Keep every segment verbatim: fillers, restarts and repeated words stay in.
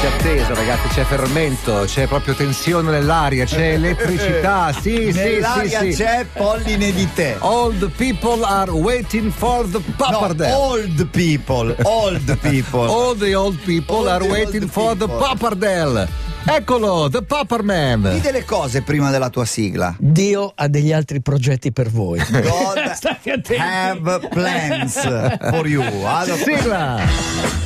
C'è attesa, ragazzi, c'è fermento, c'è proprio tensione nell'aria, c'è elettricità, sì, sì, nell'aria sì, sì. c'è polline di tè. All the people are waiting for the pappardelle. No, old people, old people. All the old people All are the waiting old for the people. pappardelle. Eccolo, the Papperman. Di delle cose prima della tua sigla. Dio ha degli altri progetti per voi. God State attenti. have plans for you. Allora, Sigla.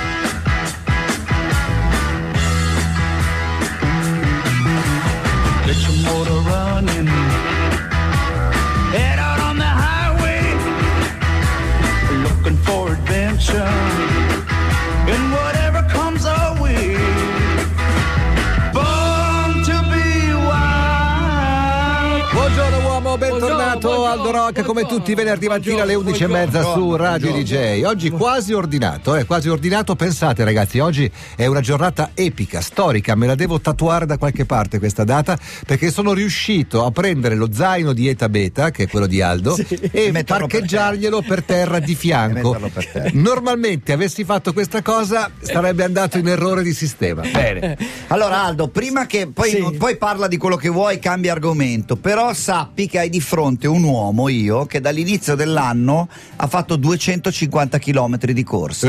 Get your motor running. Head out on the highway, looking for adventure. And whatever comes our way, born to be wild. Buongiorno uomo, bentornato Buongiorno, Aldo Rock, come buongiorno, tutti i venerdì mattina alle undici e mezza su Radio D J. Oggi quasi ordinato, eh, quasi ordinato. Pensate ragazzi, oggi è una giornata epica, storica, me la devo tatuare da qualche parte questa data, perché sono riuscito a prendere lo zaino di Eta Beta, che è quello di Aldo, Sì. e metterlo parcheggiarglielo per terra di fianco. metterlo per terra. Normalmente avessi fatto questa cosa sarebbe andato in errore di sistema. Bene. allora Aldo, prima che poi, Sì. non- poi parla di quello che vuoi, cambia argomento, però sappi che hai di fronte un uomo, io, che dall'inizio dell'anno ha fatto duecentocinquanta chilometri di corsa.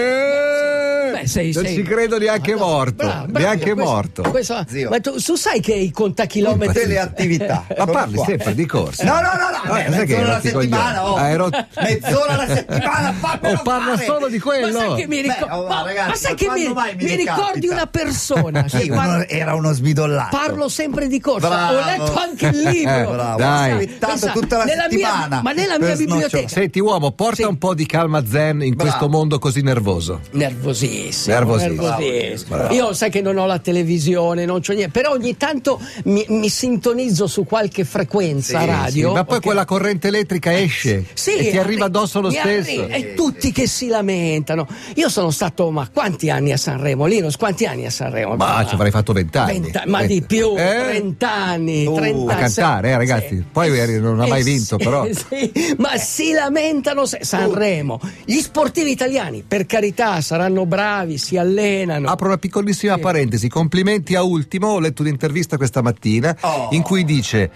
Beh, sei- non sei- ci credo neanche Ah, no, morto, bravo, bravo, neanche questo- morto. questo- Zio. ma tu, tu sai che i contachilometri Tutte le attività. Ma Sono parli qua. sempre di corsa. No, no, no, no, Ah, beh, sai che mezz'ora alla rotti i settimana, coglioni. oh. Ah, ero- mezz'ora alla settimana, fammelo Oh, parla fare. solo di quello. Ma sai che mi, ricor- Beh, oh, ma- ragazzi, ma sai ma che quando mi, mai mi mi ricordi ricapita? una persona che Sì, parla- uno- era uno sbidollato. parlo sempre di corsa. Bravo. Ho letto anche il libro. Bravo, Dai. ho aspettato Pensa, tutta la nella mia- settimana. ma nella per mia biblioteca. snocciolare. Senti uomo, porta Sì. un po' di calma zen in Bravo. questo mondo così nervoso. Nervosissimo, Nervosissimo. nervosissimo. Bravo. Io sai che non ho la televisione, non c'ho niente, però ogni tanto mi, mi sintonizzo su qualche frequenza Sì, radio. Sì, ma poi ok? quella corrente elettrica esce Sì, e ti arriva arri- addosso lo mi stesso. arri- e tutti che si lamentano. Io sono stato, ma quanti anni a Sanremo? Linus, quanti anni a Sanremo? Ma ci avrei fatto vent'anni. Venta- ma di più, Eh? trent'anni, Uh, trenta a cantare, eh, ragazzi. Poi eri- non ha mai vinto, però. sì, ma si lamentano se- Sanremo. Gli sportivi italiani, per carità, saranno bravi, si allenano. Apro una piccolissima Sì. parentesi, complimenti a Ultimo, ho letto un'intervista questa mattina Oh. in cui dice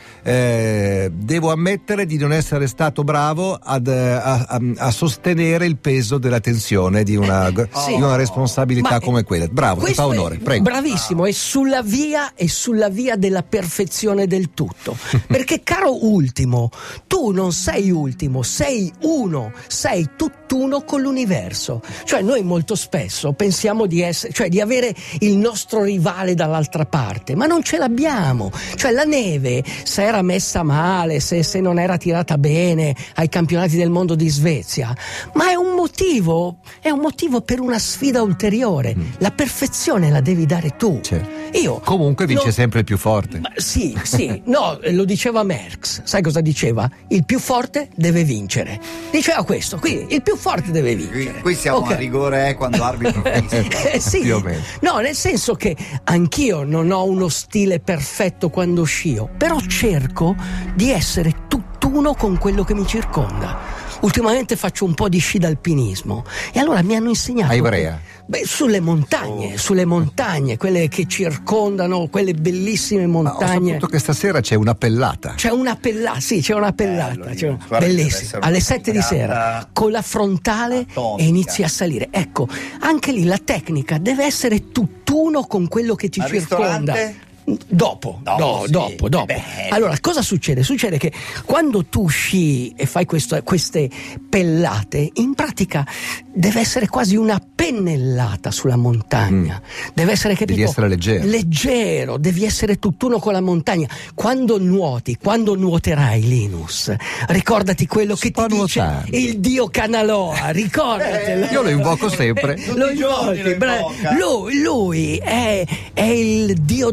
eh, devo ammettere di non essere stato bravo ad, eh, a, a- a sostenere il peso della tensione di una, Sì. di una responsabilità Ma- come quella. Bravo, ti Questo fa è- onore, prego. Bravissimo, è sulla via è sulla via della perfezione del tutto. Perché caro Ultimo, tu non sei ultimo, sei uno, sei tutt'uno con l'universo. Cioè noi molto spesso pensiamo di essere, cioè di avere il nostro rivale dall'altra parte, ma non ce l'abbiamo. Cioè la neve, se era messa male, se, se non era tirata bene ai campionati del mondo di Svezia, ma è un motivo, è un motivo per una sfida ulteriore. La perfezione la devi dare tu. Certo. Io Comunque vince no- sempre il più forte. Ma sì, sì, no, lo diceva Marx. Sai cosa diceva? Il più forte deve vincere. Diceva questo, quindi il più forte deve Qui, vincere. qui siamo Ok. a rigore eh, quando arbitro fischia. Eh, sì. Più o meno. No, nel senso che anch'io non ho uno stile perfetto quando scio, però cerco di essere tutt'uno con quello che mi circonda. Ultimamente faccio un po' di sci d'alpinismo e allora mi hanno insegnato A Ivrea? Beh, sulle montagne, sulle montagne, quelle che circondano, quelle bellissime Ma ho montagne. saputo che stasera c'è una pellata. C'è una pellata, sì, c'è una pellata, Bello, c'è una- Guarda che deve bellissima. essere Alle una sette di figata sera, con la frontale atomica. e inizi a salire. Ecco, anche lì la tecnica deve essere tutt'uno con quello che ti Al circonda. ristorante? Dopo, Dopo, no, sì. dopo, dopo. Beh. Allora, cosa succede? Succede che quando tu sci e fai questo- queste pellate, in pratica deve essere quasi una pennellata sulla montagna. Deve essere, capito? Devi essere leggero. Leggero, devi essere tutt'uno con la montagna. Quando nuoti, quando nuoterai, Linus, ricordati quello Si che può ti dice nuotare. il dio Canaloa, ricordatelo. Io lo invoco sempre. Lo Tutti i giorni invochi, lo bra- invoca. lui, lui è, è il dio della perfezione.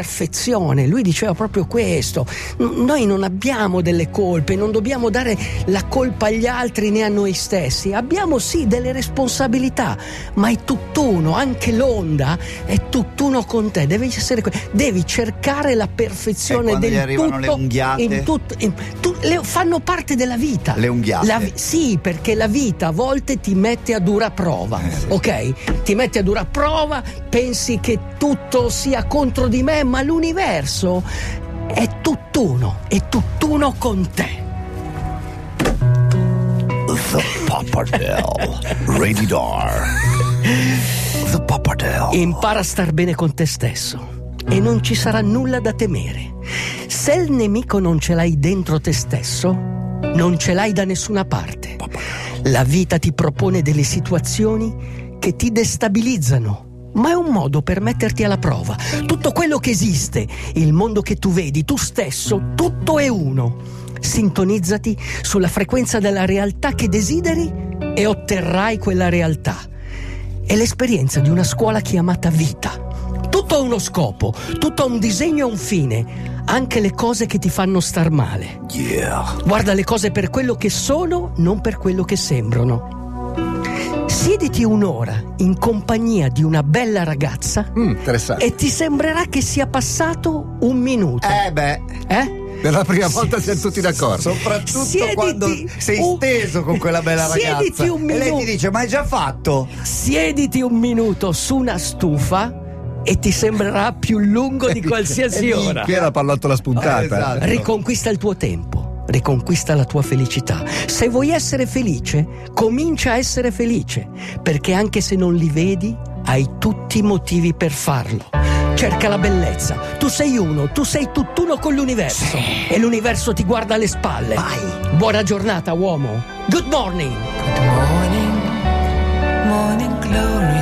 perfezione. Lui diceva proprio questo: noi non abbiamo delle colpe, non dobbiamo dare la colpa agli altri né a noi stessi, abbiamo sì delle responsabilità, ma è tutt'uno, anche l'onda è tutt'uno con te, devi essere, devi cercare la perfezione gli del arrivano tutto le unghiate? in tutto, in, tu, le, fanno parte della vita. Le unghiate? La, sì, perché la vita a volte ti mette a dura prova, eh, sì. ok? Ti mette a dura prova, pensi che tutto sia contro di me, ma l'universo è tutt'uno, è tutt'uno con te. The Pappardelle Rated R. The Pappardelle. Impara a star bene con te stesso e non ci sarà nulla da temere. Se il nemico non ce l'hai dentro te stesso, non ce l'hai da nessuna parte. La vita ti propone delle situazioni che ti destabilizzano, ma è un modo per metterti alla prova. Tutto quello che esiste, il mondo che tu vedi, tu stesso, tutto è uno. Sintonizzati sulla frequenza della realtà che desideri e otterrai quella realtà. È l'esperienza di una scuola chiamata vita. Tutto ha uno scopo, tutto ha un disegno e un fine, anche le cose che ti fanno star male. Yeah. Guarda le cose per quello che sono, non per quello che sembrano. Siediti un'ora in compagnia di una bella ragazza Mm, interessante. e ti sembrerà che sia passato un minuto. Eh beh. Eh? Per la prima volta siamo tutti d'accordo. Soprattutto Siediti quando sei un- steso con quella bella ragazza. Siediti un E lei minuto. ti dice: ma hai già fatto? Siediti un minuto su una stufa e ti sembrerà più lungo di qualsiasi ora. Che era pallottola spuntata. Eh, esatto. Riconquista il tuo tempo, riconquista la tua felicità. Se vuoi essere felice, comincia a essere felice, perché anche se non li vedi, hai tutti i motivi per farlo. Cerca la bellezza. Tu sei uno, tu sei tutt'uno con l'universo. E l'universo ti guarda alle spalle. Vai. Buona giornata, uomo. Good morning. Morning, morning glory.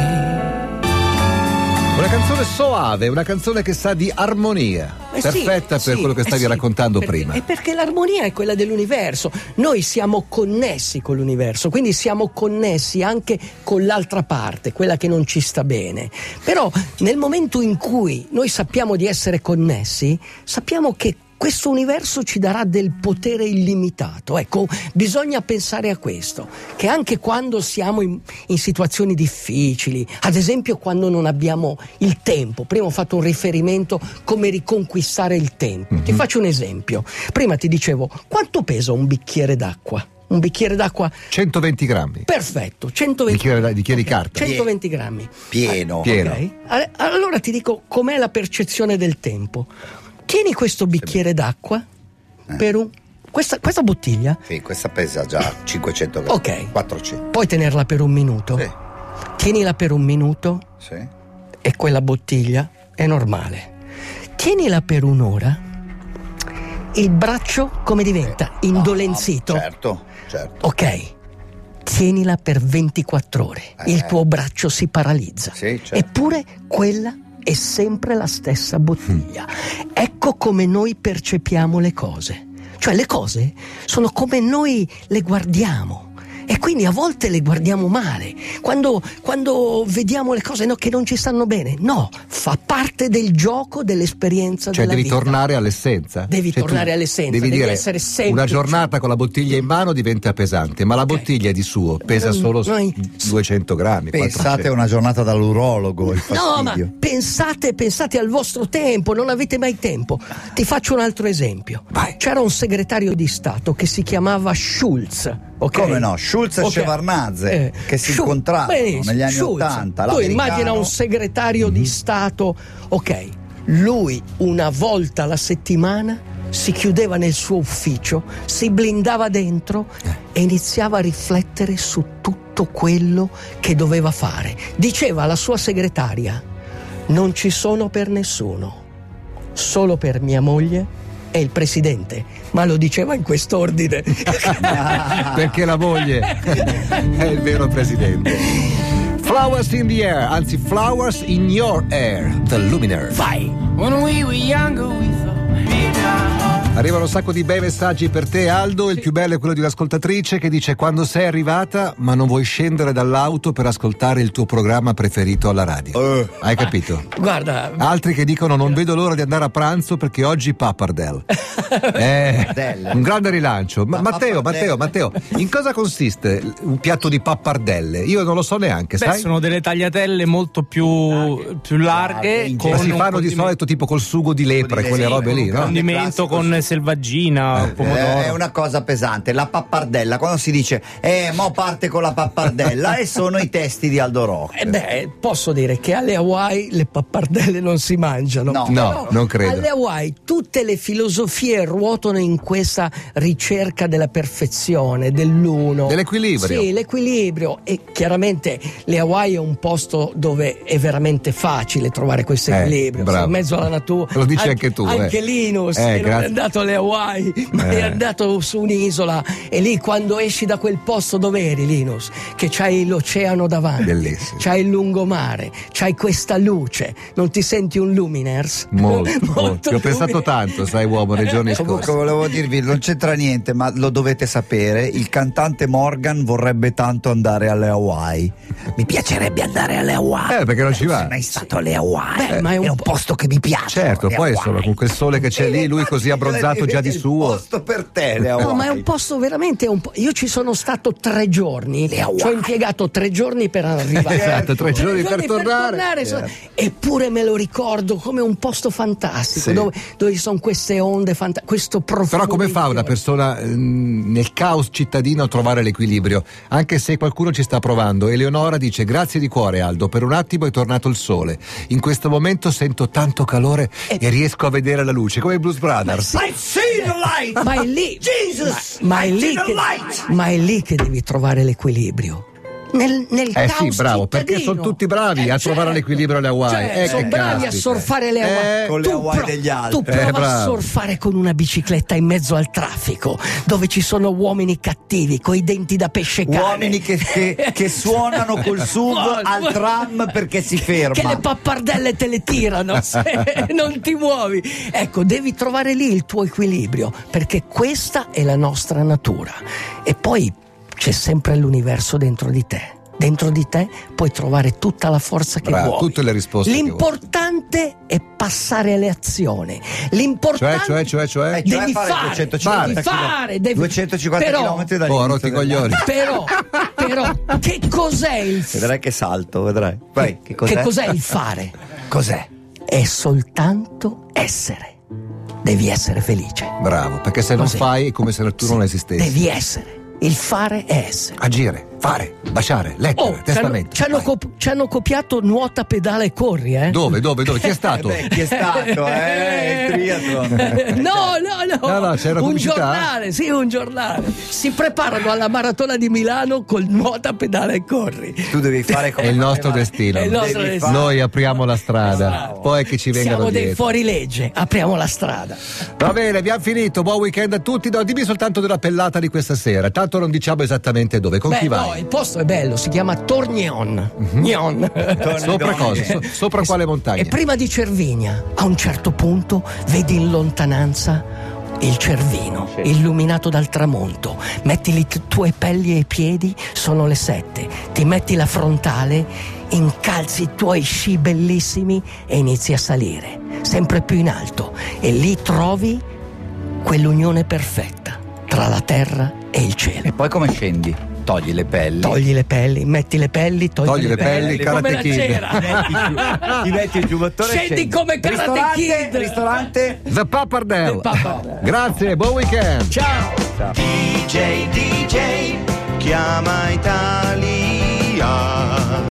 Una canzone soave, una canzone che sa di armonia. Eh sì, Perfetta per sì, quello che stavi eh sì, raccontando perché- prima. E perché l'armonia è quella dell'universo. Noi siamo connessi con l'universo, quindi siamo connessi anche con l'altra parte, quella che non ci sta bene. Però nel momento in cui noi sappiamo di essere connessi, sappiamo che questo universo ci darà del potere illimitato. Ecco, bisogna pensare a questo, che anche quando siamo in, in situazioni difficili, ad esempio quando non abbiamo il tempo, prima ho fatto un riferimento come riconquistare il tempo. Mm-hmm. Ti faccio un esempio. Prima ti dicevo, quanto pesa un bicchiere d'acqua? Un bicchiere d'acqua centoventi grammi. perfetto, centoventi Bicchiere- bicchiere di Ok, carta. centoventi grammi. Pieno. Pieno. Ok? All- Allora ti dico com'è la percezione del tempo. Tieni questo bicchiere d'acqua per un questa, questa bottiglia, Sì, questa pesa già cinquecento grammi. Ok. quattrocento. puoi tenerla per un minuto. Sì. Tienila per un minuto Sì. e quella bottiglia è normale. Tienila per un'ora, il braccio come diventa? Indolenzito. Ah, certo, certo. Ok. Tienila per ventiquattro ore, Eh. il tuo braccio si paralizza. Sì, certo. Eppure quella è sempre la stessa bottiglia. Ecco come noi percepiamo le cose. Cioè le cose sono come noi le guardiamo. E quindi a volte le guardiamo male, quando, quando vediamo le cose no, che non ci stanno bene. No, fa parte del gioco, dell'esperienza Cioè della devi vita. tornare all'essenza. Devi Cioè, tu tornare all'essenza, Devi, devi dire essere semplice. una giornata con la bottiglia in mano diventa pesante, ma la Ok. bottiglia di suo pesa Noi- solo noi- duecento grammi. Pensate a quattrocento. una giornata dall'urologo, il No, ma fastidio. pensate, pensate al vostro tempo, non avete mai tempo. Ti faccio un altro esempio. Vai. C'era un segretario di Stato che si chiamava Schulz. ok? Come no? Schulz e Ok. Shevardnadze, che si Schulz- incontravano benissimo, negli anni Schulz. ottanta, Tu l'americano. immagina un segretario di Stato, ok, lui una volta alla settimana si chiudeva nel suo ufficio, si blindava dentro e iniziava a riflettere su tutto quello che doveva fare. Diceva alla sua segretaria: non ci sono per nessuno, solo per mia moglie e il presidente. Ma lo diceva in quest'ordine. Perché la moglie è il vero presidente. Flowers in the air, anzi Flowers in your air, The Luminaire. Vai! When we were younger, we thought big our hearts Arrivano un sacco di bei messaggi per te, Aldo. Il più bello è quello di un'ascoltatrice che dice: quando sei arrivata ma non vuoi scendere dall'auto per ascoltare il tuo programma preferito alla radio. Uh. Hai capito? Guarda, Altri che dicono: non vedo l'ora di andare a pranzo perché oggi pappardelle. eh, un grande rilancio. Ma, Ma Matteo, Matteo, Matteo, in cosa consiste un piatto di pappardelle? Io non lo so neanche, Beh, sai? sono delle tagliatelle molto più larghe, più larghe Larghe, con Ma si un fanno di condimento- solito tipo col sugo di lepre, Sì, quelle robe con lì, un no? condimento classico. con selvaggina, Eh, pomodoro. È una cosa pesante, la pappardella, quando si dice eh mo parte con la pappardella e sono i testi di Aldo Rock. eh beh, posso dire che alle Hawaii le pappardelle non si mangiano. No. No, Però non credo. Alle Hawaii tutte le filosofie ruotano in questa ricerca della perfezione, dell'uno. Dell'equilibrio. Sì, l'equilibrio. E chiaramente le Hawaii è un posto dove è veramente facile trovare questo Eh, equilibrio. bravo. Sei in mezzo alla natura. Lo dici anche tu, eh. Anche Linus, Eh, che non grazie. è andato alle Hawaii, ma Eh. è andato su un'isola. E lì quando esci da quel posto dove eri, Linus, che c'hai l'oceano davanti, Bellissimo. c'hai il lungomare, c'hai questa luce, non ti senti un luminers? Molto, molto. Ci ho pensato luminer. tanto, sai, uomo, nei giorni Comunque scorsi. volevo dirvi, non c'entra niente, ma lo dovete sapere, il cantante Morgan vorrebbe tanto andare alle Hawaii. Mi piacerebbe andare alle Hawaii. Eh, perché non ci va? Sei mai stato alle Hawaii? Beh, ma è un posto che mi piace. Certo, poi insomma, con quel sole che c'è lì, lui così abbronzato già di È il suo. posto per te, le Hawaii. No, ma è un posto veramente un po'. Io ci sono stato tre giorni. Ci ho impiegato tre giorni per arrivare. Esatto, tre giorni per tornare. so- Eppure me lo ricordo come un posto fantastico, Sì. dove, dove ci sono queste onde fantastiche, questo profumo. Però come di fa una fiori. persona ehm, nel caos cittadino a trovare l'equilibrio? Anche se qualcuno ci sta provando. Eleonora dice: grazie di cuore, Aldo, per un attimo è tornato il sole. In questo momento sento tanto calore Eh. e riesco a vedere la luce, come i Blues Brothers. I've seen the light! Ma è lì, Jesus! ma, ma è I've lì seen the che, light! ma è lì che devi trovare l'equilibrio. Nel, nel Eh sì, caos bravo, perché cittadino. sono tutti bravi Eh, a trovare certo. l'equilibrio alle Hawaii. Cioè, Eh, sono che bravi caspita. a surfare le Hawaii. Eh, con le Tu Hawaii pro- degli altri. Tu prova Eh, a bravo. surfare con una bicicletta in mezzo al traffico, dove ci sono uomini cattivi, coi denti da pesce cane. Uomini che, che- che suonano col S U V Guarda, al guarda. tram perché si ferma. Che le pappardelle te le tirano se non ti muovi. Ecco, devi trovare lì il tuo equilibrio, perché questa è la nostra natura. E poi c'è sempre l'universo dentro di te. Dentro di te puoi trovare tutta la forza che Bravo, vuoi. tutte le risposte che vuoi. L'importante è passare alle azioni. L'importante Cioè, cioè, cioè, cioè? Eh, cioè devi fare fare, duecentocinquanta devi fare, devi duecentocinquanta però, chilometri Oh, ha rotto i dall'inizio coglioni. Però, però, che cos'è il Vedrai che salto, vedrai. Vai, che cos'è? Che cos'è il fare? Cos'è? È soltanto essere. Devi essere felice. Bravo, perché se non Così. fai è come se tu non esistessi. Devi essere. Il fare è essere. Agire, fare, baciare, lettere, Oh, ci hanno, testamento. ci hanno Vai. cop- ci hanno copiato nuota, pedale e corri, eh? Dove, dove, dove? Chi è stato? Eh beh, chi è stato? Eh, il triathlon. No, no, no. No, no, c'era un pubblicità? giornale, sì, un giornale. Si preparano alla maratona di Milano col nuota, pedale e corri. Tu devi fare È come il nostro faceva- destino. È il nostro Devi destino. Noi apriamo la strada, Bravo. poi che ci vengano Siamo dei dietro. fuorilegge, apriamo la strada. Va bene, abbiamo finito. Buon weekend a tutti. No, dimmi soltanto della pellata di questa sera. Tanto non diciamo esattamente dove. Con Beh, chi no, vai? il posto è bello, si chiama Tornion. Gnon. Sopra cosa? So- sopra quale montagna? E prima di Cervinia, a un certo punto, vedi in lontananza il Cervino, illuminato dal tramonto. Metti le t- tue pelli ai piedi, sono le sette. Ti metti la frontale, incalzi i tuoi sci bellissimi e inizi a salire, sempre più in alto. E lì trovi quell'unione perfetta tra la terra e il cielo. E poi come scendi? Togli le pelli. Togli le pelli, metti le pelli, togli, Togli le pelli, come Karate la Kid. cera. Ti metti il giubbottone e Scendi come Karate ristorante, Kid. ristorante. The Pappardelle. The Pappardelle. Grazie, buon weekend. Ciao. D J, D J, chiama Italia.